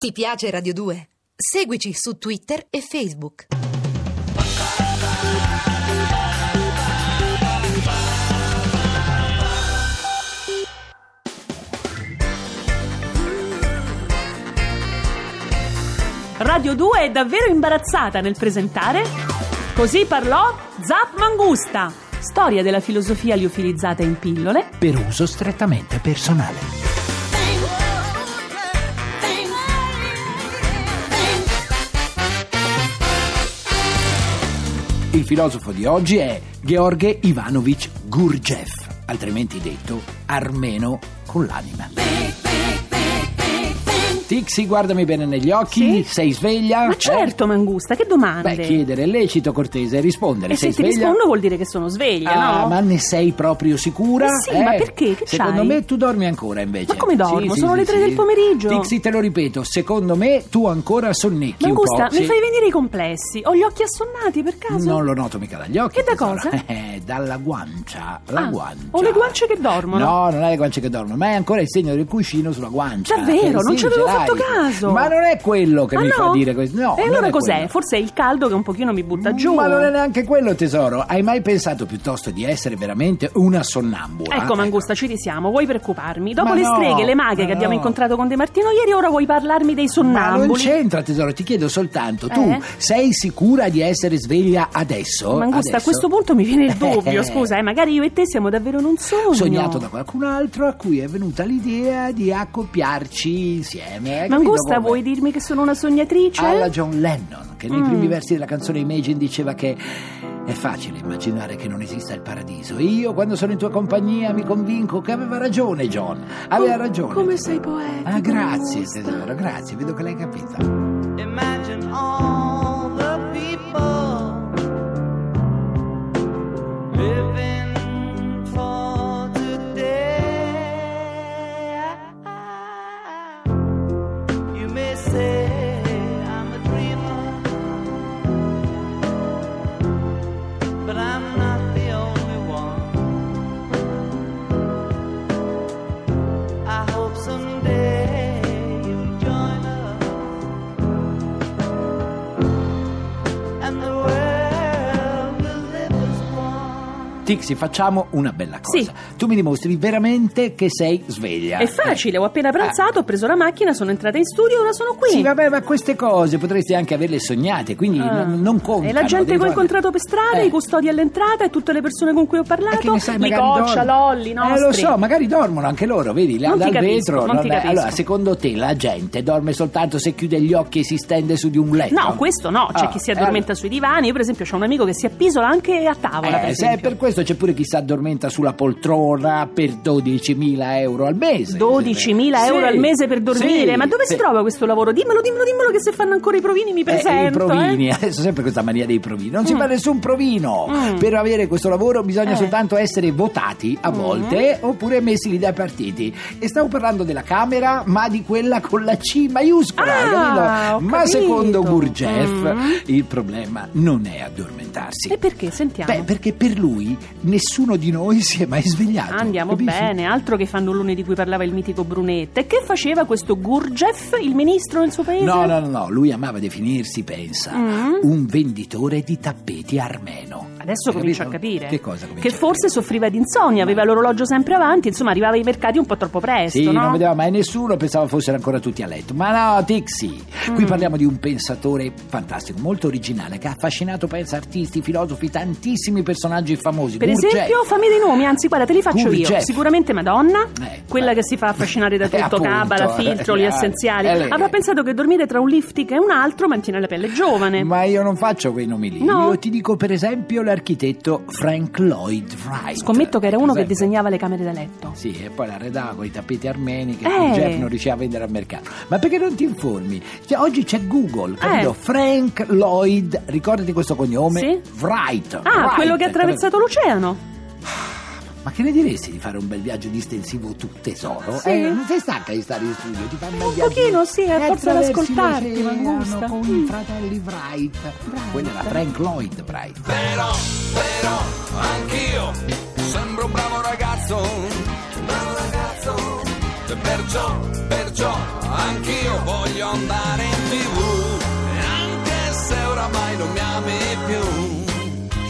Ti piace Radio 2? Seguici su Twitter e Facebook. Radio 2 è davvero imbarazzata nel presentare Così parlò Zap Mangusta, storia della filosofia liofilizzata in pillole per uso strettamente personale. Il filosofo di oggi è George Ivanovich Gurdjieff, altrimenti detto armeno con l'anima. Tixi, guardami bene negli occhi. Sì? Sei sveglia? Ma certo, Mangusta, che domande? Beh, chiedere è lecito, cortese, rispondere. E sei se ti sveglia? rispondo vuol dire che sono sveglia, no? Ma ne sei proprio sicura? Sì, ma perché? Che secondo c'hai? me tu dormi ancora invece. Ma come dormo? Sono le 3 del pomeriggio. Tixi, te lo ripeto, secondo me tu ancora sonnecchi Mangusta, un po'. mi fai venire i complessi. Ho gli occhi assonnati per caso? Non lo noto mica dagli occhi. E da tesoro. cosa? Dalla guancia. La guancia. Ho le guance che dormono. No, non hai le guance che dormono, ma è ancora il segno del cuscino sulla guancia. Davvero? Non Sì, ci avevo ce l'hai. fatto caso. Ma non è quello che Ah, mi no? fa dire questo. No. E non allora è cos'è? quello. Forse è il caldo che un pochino mi butta giù. Ma non è neanche quello, tesoro. Hai mai pensato piuttosto di essere veramente una sonnambula? Ecco, Mangusta, ci risiamo. Vuoi preoccuparmi? Dopo Ma le no, streghe, le maghe ma che abbiamo no. incontrato con De Martino ieri, ora vuoi parlarmi dei Ma sonnambuli? non c'entra, tesoro, ti chiedo soltanto, tu sei sicura di essere sveglia adesso? Mangusta, a questo punto mi viene il dubbio, scusa, magari io e te siamo davvero in un sogno. Sognato da qualcun altro a cui è venuta l'idea di accoppiarci insieme. Mangusta, vuoi dirmi che sono una sognatrice? Alla John Lennon, che nei primi versi della canzone Imagine diceva che è facile immaginare che non esista il paradiso. Io, quando sono in tua compagnia, mi convinco che aveva ragione John. Aveva ragione. Come sei poetico. Ah, grazie tesoro, grazie, vedo che l'hai capita. Imagine all the people living for today. You may say I'm a dreamer, but I'm not the only one. I hope someday you'll join us and the world will live as one. Tixi, facciamo una bella cosa. Sì. Tu mi dimostri veramente che sei sveglia. È facile, ho appena pranzato, ho preso la macchina, sono entrata in studio e ora sono qui. Sì, vabbè, ma queste cose potresti anche averle sognate, quindi non contano. E la gente che ho devi- incontrato per strada, i custodi all'entrata e tutte le persone con cui ho E parlato, che ne sai, i magari Coccia, dormono. Lolli, nostri. Lo so, magari dormono anche loro, vedi, là Non ti dal capisco, vetro. non ti capisco. Allora, secondo te la gente dorme soltanto se chiude gli occhi e si stende su di un letto? No, questo no, c'è chi si addormenta sui divani. Io per esempio ho un amico che si appisola anche a tavola, per Se è esempio. per questo c'è pure chi si addormenta sulla poltrona per 12.000 euro al mese. 12.000 euro al mese per dormire? Sì, Ma dove sì. si trova questo lavoro? Dimmelo che se fanno ancora i provini mi presento. I provini, adesso sempre questa mania dei provini. Non si fa nessun provino. Per avere questo lavoro bisogna soltanto essere votati a volte oppure messi lì dai partiti. E stavo parlando della Camera, ma di quella con la C maiuscola, capito? Ho Ma capito. secondo Gurdjieff il problema non è addormentarsi. E perché? Sentiamo. Beh, perché per lui nessuno di noi si è mai svegliato. Andiamo capisci? bene, altro che fannulloni di cui parlava il mitico Brunetta. E che faceva questo Gurdjieff, il ministro nel suo paese? No, lui amava definirsi, pensa, un venditore di tappeti armeno. Adesso Hai comincio a capito? capire Che cosa cominci che a forse capire? soffriva di insonnia, aveva l'orologio sempre avanti, insomma arrivava ai mercati un po' troppo presto, Sì, no? non vedeva mai nessuno, pensava fossero ancora tutti a letto. Ma no, Tixi, qui parliamo di un pensatore fantastico, molto originale, che ha affascinato, pensa, artisti, filosofi, tantissimi personaggi famosi. Per Gurdjieff. esempio, fammi dei nomi, anzi guarda, te li faccio io. Gurdjieff. Sicuramente Madonna, quella beh. che si fa affascinare da tutto, Appunto, cabala, filtro, oli essenziali. è lei. Avrà pensato che dormire tra un lifting e un altro mantiene la pelle giovane. Ma io non faccio quei nomi lì. No. Io ti dico per esempio l'architetto Frank Lloyd Wright. Scommetto che era uno che Presente? disegnava le camere da letto. Sì, e poi l'arredava con i tappeti armeni che Gurdjieff non riusciva a vendere al mercato. Ma perché non ti informi? Cioè, oggi c'è Google, capito? Frank Lloyd, ricordati questo cognome? Sì? Wright. Ah, Wright, quello che ha attraversato l'oceano. Ma che ne diresti di fare un bel viaggio distensivo tu, tesoro? Sì. Non sei stanca di stare in studio? Ti fai un bel Un viaggio? pochino, sì, a forza di attraversi ascoltarti, l'oceano Mangusta. con i fratelli Wright. Quello era Frank Lloyd Wright. Però, anch'io sembro un bravo ragazzo, e perciò perciò anch'io voglio andare in TV, e anche se oramai non mi ami più,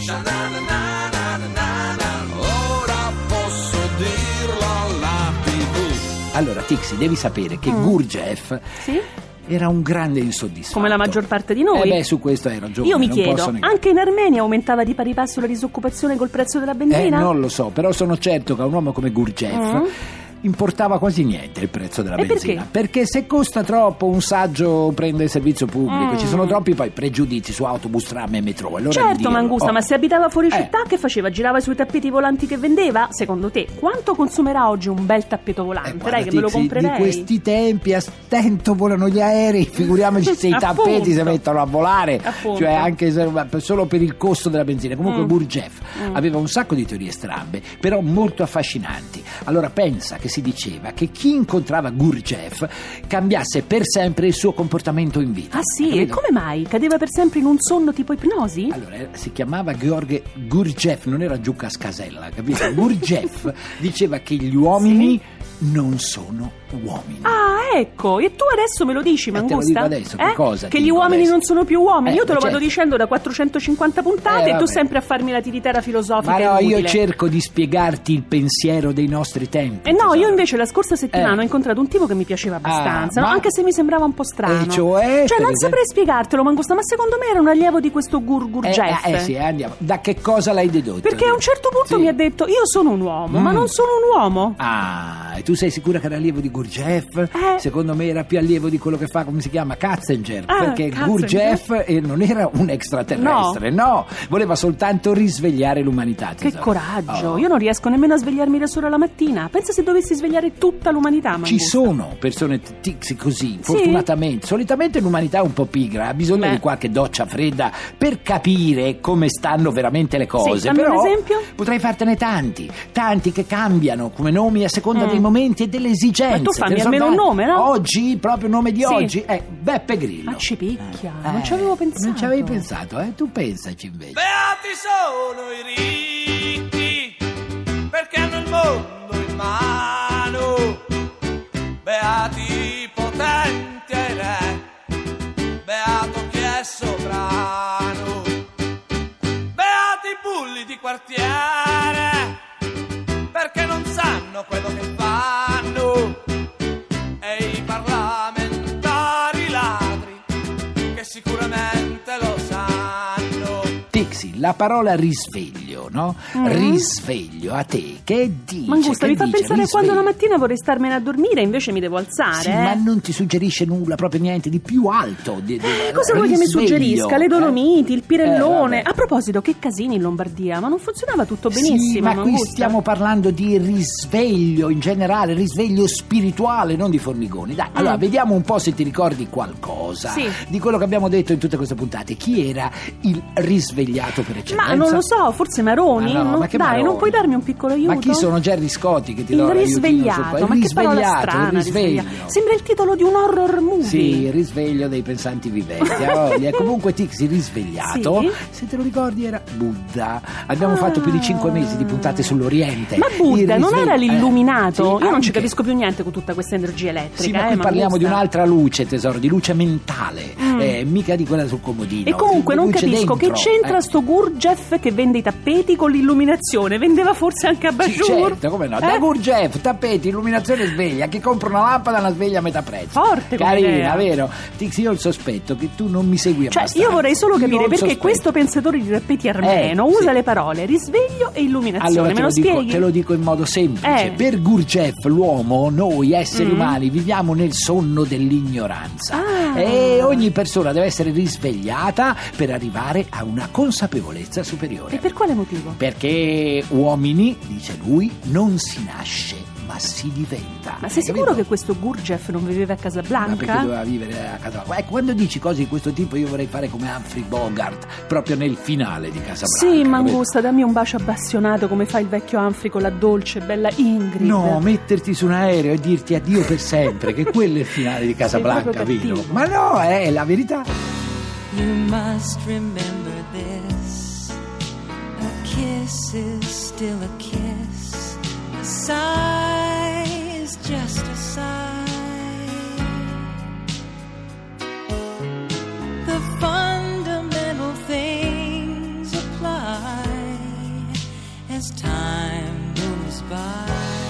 sha-na-na-na-na-na-na, ora posso dirlo alla TV. Allora, Tixi, devi sapere che Gurdjieff Sì? era un grande insoddisfatto. Come la maggior parte di noi. Su questo hai ragione. Io mi non chiedo, posso negare. anche in Armenia aumentava di pari passo la disoccupazione col prezzo della benzina? Non lo so, però sono certo che a un uomo come Gurdjieff importava quasi niente il prezzo della E benzina. Perché se costa troppo un saggio prende il servizio pubblico, ci sono troppi poi pregiudizi su autobus, tram e metro. Allora Certo, Mangusta, ma se abitava fuori città, Eh. che faceva? Girava sui tappeti volanti che vendeva? Secondo te, quanto consumerà oggi un bel tappeto volante? guarda, Dai, che me lo Tixi, comprerei. Di questi tempi a stento volano gli aerei, figuriamoci se i Appunto. tappeti si mettono a volare. Appunto. Cioè anche solo per il costo della benzina. Comunque Gurdjieff aveva un sacco di teorie strambe, però molto affascinanti. Allora pensa che si diceva che chi incontrava Gurdjieff cambiasse per sempre il suo comportamento in vita. Ah sì? E Capito? come mai? Cadeva per sempre in un sonno tipo ipnosi? Allora, si chiamava Georg Gurdjieff, non era Giucas Casella, capito? Gurdjieff diceva che gli uomini non sono uomini. Ah, ecco, e tu adesso me lo dici, te lo Mangusta? dico adesso, che cosa Che gli dico uomini adesso? non sono più uomini. Io te lo vado certo. dicendo da 450 puntate e tu vabbè. sempre a farmi la tiritera filosofica. Ma no, inutile. io cerco di spiegarti il pensiero dei nostri tempi. E no, tesoro. io invece la scorsa settimana ho incontrato un tipo che mi piaceva abbastanza, no? ma- Anche se mi sembrava un po' strano. E cioè, per non esempio? saprei spiegartelo, Mangusta, ma secondo me era un allievo di questo Gurdjieff. Sì, andiamo. Da che cosa l'hai dedotto? Perché a un certo punto Sì. mi ha detto: io sono un uomo, ma non sono un uomo. Ah, e tu sei sicura che era allievo di Gurdjieff? Secondo me era più allievo di quello che fa, come si chiama, Katzenjammer, perché Katzenjammer. Gurdjieff non era un extraterrestre, no, voleva soltanto risvegliare l'umanità. Che tesoro. coraggio, Oh. io non riesco nemmeno a svegliarmi da sola la mattina. Pensa se dovessi svegliare tutta l'umanità, Mangusta. Ci sono persone tixi così, fortunatamente. Solitamente l'umanità è un po' pigra, ha bisogno di qualche doccia fredda per capire come stanno veramente le cose. fammi Però un esempio? potrei fartene tanti che cambiano come nomi a seconda dei momenti e delle esigenze. Ma tu fammi Te ne so almeno un dare. nome, no? Oggi, proprio il nome di Sì. oggi è Beppe Grillo. Ah, ci picchia, non ci avevo pensato. Non ci avevi pensato, Tu pensaci invece. Beati sono i ricchi, perché hanno il mondo in mano. Beati i potenti e i re, beato chi è sovrano. Beati i bulli di quartiere, perché non sanno quello che fanno. E i parlamentari ladri, che sicuramente lo sanno. Tixi, la parola risveglio, no? Risveglio a te, che dice? Mangusta, che mi fa dice? pensare quando Risveglio. la mattina vorrei starmene a dormire e invece mi devo alzare. Sì, ma non ti suggerisce nulla, proprio niente di più alto. Cosa vuoi che mi suggerisca? Le Dolomiti, il Pirellone. vabbè. A proposito, che casini in Lombardia, ma non funzionava tutto benissimo. Sì, ma qui Mangusta. stiamo parlando di risveglio in generale, risveglio spirituale, non di formigoni. Dai, allora vediamo un po' se ti ricordi qualcosa Sì. di quello che abbiamo detto in tutte queste puntate. Chi era il risvegliato per eccellenza? Ma non lo so, forse Maroni? Ma no, ma che Dai, Maroni? non puoi darmi un piccolo aiuto? Ma chi sono Gerry Scotti che ti Il do l'aiutino risvegliato, sul- ma che parola risvegliato, strana, il risveglio. risvegliato. Sembra il titolo di un horror movie. Sì, il risveglio dei pensanti viventi. E comunque Tixi risvegliato, Sì? se te lo ricordi, era Buddha. Abbiamo fatto più di 5 mesi di puntate sull'Oriente. Ma Buddha Il non era risveglio- l'illuminato? sì, Io non ci anche. capisco più niente con tutta questa energia elettrica. Sì, ma qui parliamo Mangusta. di un'altra luce, tesoro, di luce mentale, mica di quella sul comodino. E comunque non Luce capisco dentro, che c'entra sto Gurdjieff che vende i tappeti con l'illuminazione. Vendeva forse anche a Sì, Bajur? certo, come no? Da Gurdjieff, tappeti, illuminazione sveglia. Chi compra una lampada una sveglia a metà prezzo. Forte come Carina, idea. vero? Tixi, io ho il sospetto che tu non mi segui Cioè, abbastanza. io vorrei solo Io ho capire il perché sospetto. questo pensatore di tappeti armeno usa sì. le parole risveglio e illuminazione. Allora Me lo spieghi? te lo dico in modo semplice. Per Gurdjieff l'uomo, noi esseri umani, viviamo nel sonno dell'ignoranza. E ogni persona deve essere risvegliata per arrivare a una consapevolezza superiore. E per quale motivo? Perché uomini, dice lui, non si nasce ma si diventa. Ma sei Hai sicuro capito? che questo Gurdjieff non viveva a Ma perché Casablanca? doveva vivere a Casablanca? Quando dici cose di questo tipo io vorrei fare come Humphrey Bogart proprio nel finale di Casablanca. Sì, capito? Mangusta, dammi un bacio abbassionato come fa il vecchio Humphrey con la dolce e bella Ingrid. No, metterti su un aereo e dirti addio per sempre, che quello è il finale di Casablanca, proprio Vino. cattivo. Ma no, è la verità. You must remember this. A kiss is still a kiss. A sigh is just a sigh. the fundamental things apply as time goes by.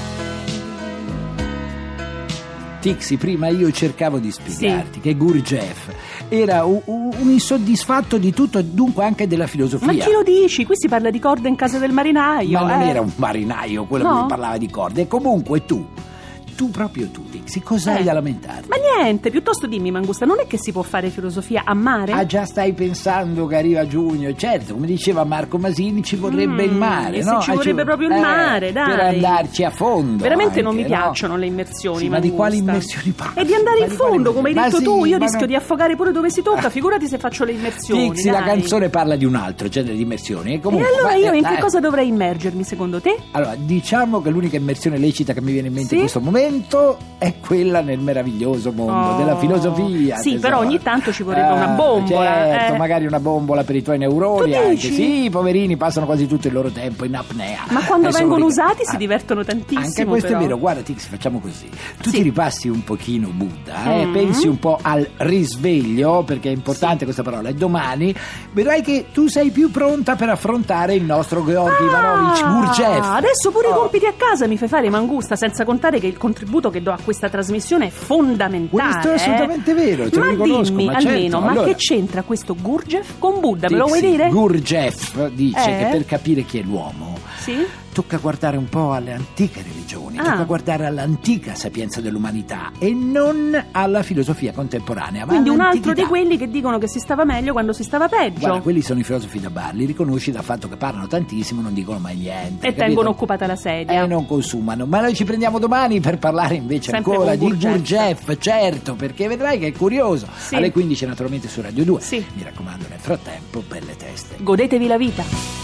Tixi, prima io cercavo di spiegarti che Gurdjieff era un insoddisfatto di tutto e dunque anche della filosofia. Ma chi lo dici? Qui si parla di corde in casa del marinaio. Ma non era un marinaio quello No? che parlava di corde. E comunque tu proprio tu, Tixi, cos'hai da lamentarti? Ma niente, piuttosto dimmi, Mangusta, non è che si può fare filosofia a mare? Ah, già stai pensando che arriva giugno? Certo, come diceva Marco Masini, ci vorrebbe il mare, e no? se ci vorrebbe proprio il mare, dai. Per andarci a fondo. Veramente anche, non mi no? piacciono le immersioni, Sì, ma di quali Mangusta. immersioni parli? E di andare Ma in di quali fondo, come hai detto immersioni? tu, io Ma rischio no. di affogare pure dove si tocca, figurati se faccio le immersioni. Tixi, la dai. canzone parla di un altro genere di immersioni. E, E comunque, allora io in che dai. cosa dovrei immergermi secondo te? Allora, diciamo che l'unica immersione lecita che mi viene in mente Sì? in questo momento è quella nel meraviglioso mondo della filosofia. Sì, tesoro. però ogni tanto ci vorrebbe una bombola. Certo, magari una bombola per i tuoi neuroni. Tu Anche. dici? Sì, i poverini passano quasi tutto il loro tempo in apnea. Ma quando E sono vengono ricchi. usati si divertono tantissimo. Anche questo però. è vero. Guarda, Tix, facciamo così. Tu Sì. ti ripassi un pochino Buddha, pensi un po' al risveglio, perché è importante questa parola, e domani vedrai che tu sei più pronta per affrontare il nostro Georgi Ivanovich Gurdjieff. Adesso pure i Oh. compiti a casa mi fai fare, Mangusta, senza contare che il contributo che do a questa trasmissione è fondamentale. Questo è assolutamente vero, te lo ma riconosco, dimmi ma almeno, certo, ma allora. che c'entra questo Gurdjieff con Buddha? Me lo vuoi Tixi, dire? Gurdjieff dice Eh? che per capire chi è l'uomo Sì? tocca guardare un po' alle antiche religioni, Ah. tocca guardare all'antica sapienza dell'umanità e non alla filosofia contemporanea. Ma Quindi un altro all'antichità. di quelli che dicono che si stava meglio quando si stava peggio. Guarda, quelli sono i filosofi da bar, li riconosci dal fatto che parlano tantissimo, non dicono mai niente. E capito? tengono occupata la sedia. E non consumano. Ma noi ci prendiamo domani per parlare invece Sempre ancora con di Gurdjieff. Gurdjieff, certo, perché vedrai che è curioso. Sì. Alle 15 naturalmente su Radio 2. Sì. Mi raccomando, nel frattempo, belle teste. Godetevi la vita.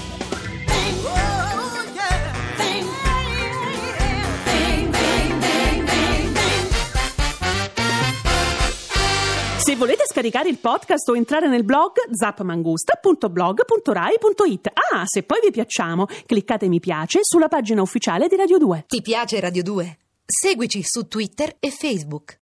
Se volete scaricare il podcast o entrare nel blog zapmangusta.blog.rai.it. Ah, se poi vi piacciamo, cliccate mi piace sulla pagina ufficiale di Radio 2. Ti piace Radio 2? Seguici su Twitter e Facebook.